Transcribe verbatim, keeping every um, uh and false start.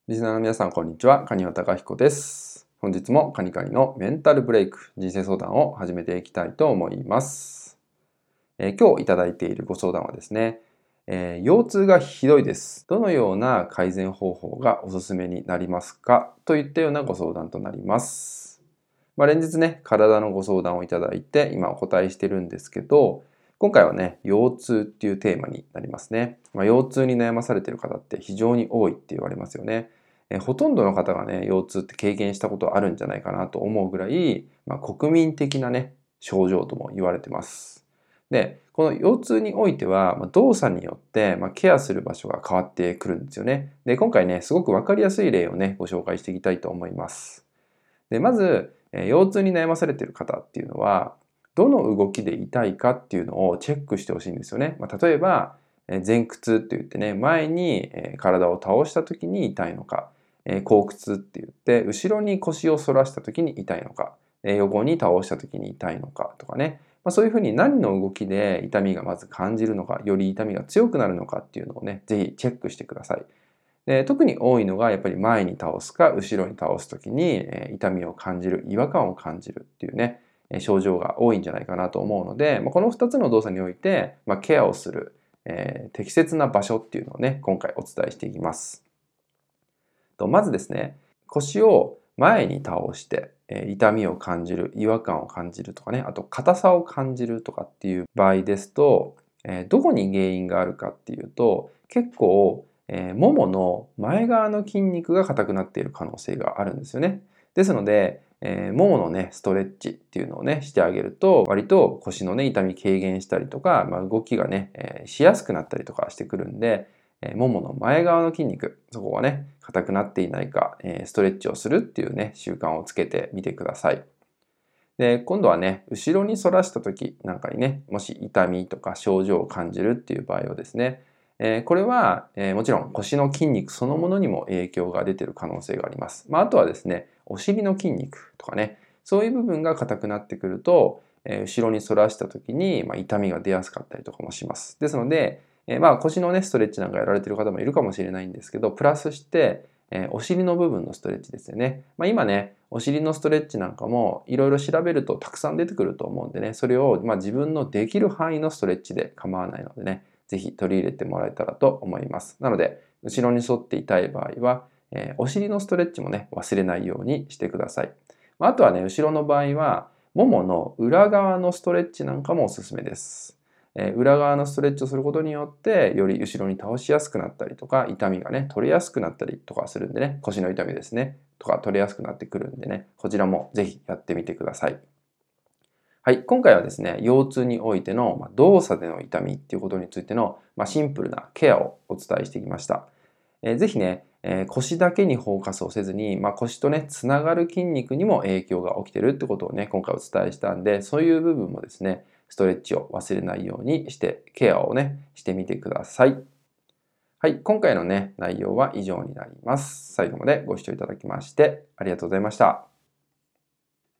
リスナーの皆さん、こんにちは。蟹尾隆彦です。本日もカニカニのメンタルブレイク人生相談を始めていきたいと思います。えー、今日いただいているご相談はですね、えー、腰痛がひどいです。どのような改善方法がおすすめになりますかといったようなご相談となります。まあ、連日ね、体のご相談をいただいて今お答えしてるんですけど、今回はね、腰痛っていうテーマになりますね。まあ、腰痛に悩まされている方って非常に多いって言われますよね。えほとんどの方がね、腰痛って経験したことあるんじゃないかなと思うぐらい、まあ、国民的なね、症状とも言われてます。で、この腰痛においては、まあ、動作によって、まあ、ケアする場所が変わってくるんですよね。で、今回ね、すごくわかりやすい例をね、ご紹介していきたいと思います。で、まず、え腰痛に悩まされている方っていうのは、どの動きで痛いかっていうのをチェックしてほしいんですよね。まあ、例えば、え前屈って言ってね、前にえ体を倒した時に痛いのか、え後屈って言って、後ろに腰を反らした時に痛いのか、え横に倒した時に痛いのかとかね、まあ、そういうふうに何の動きで痛みがまず感じるのか、より痛みが強くなるのかっていうのをね、ぜひチェックしてください。で、特に多いのがやっぱり前に倒すか後ろに倒すときに、え痛みを感じる、違和感を感じるっていうね、え症状が多いんじゃないかなと思うので、まあ、このふたつの動作において、まあ、ケアをする、えー、適切な場所っていうのをね、今回お伝えしていきます。とまずですね、腰を前に倒して、えー、痛みを感じる、違和感を感じるとかね、あと硬さを感じるとかっていう場合ですと、えー、どこに原因があるかっていうと、結構えー、ももの前側の筋肉が硬くなっている可能性があるんですよね。ですので、えー、もものね、ストレッチっていうのをね、してあげると、割と腰のね、痛み軽減したりとか、まあ、動きがね、えー、しやすくなったりとかしてくるんで、えー、ももの前側の筋肉、そこがね、硬くなっていないか、えー、ストレッチをするっていうね、習慣をつけてみてください。で、今度はね、後ろに反らした時なんかにね、もし痛みとか症状を感じるっていう場合はですね、えー、これは、えー、もちろん腰の筋肉そのものにも影響が出ている可能性があります。まあ、あとはですね、お尻の筋肉とかね、そういう部分が硬くなってくると、えー、後ろに反らした時に、まあ、痛みが出やすかったりとかもします。ですので、えー、まあ腰のね、ストレッチなんかやられている方もいるかもしれないんですけど、プラスして、えー、お尻の部分のストレッチですよね。まあ、今ね、お尻のストレッチなんかもいろいろ調べるとたくさん出てくると思うんでね、それをまあ自分のできる範囲のストレッチで構わないのでね、ぜひ取り入れてもらえたらと思います。なので、後ろに反って痛い場合は、えー、お尻のストレッチもね、忘れないようにしてください。あとはね、後ろの場合は、ももの裏側のストレッチなんかもおすすめです。えー、裏側のストレッチをすることによって、より後ろに倒しやすくなったりとか、痛みがね、取れやすくなったりとかするんでね、腰の痛みですね、とか取れやすくなってくるんでね、こちらもぜひやってみてください。はい、今回はですね、腰痛においての動作での痛みっていうことについてのシンプルなケアをお伝えしてきました。えー、ぜひね、えー、腰だけにフォーカスをせずに、まあ、腰とね、つながる筋肉にも影響が起きてるってことをね、今回お伝えしたんで、そういう部分もですね、ストレッチを忘れないようにして、ケアをね、してみてください。はい、今回のね、内容は以上になります。最後までご視聴いただきましてありがとうございました。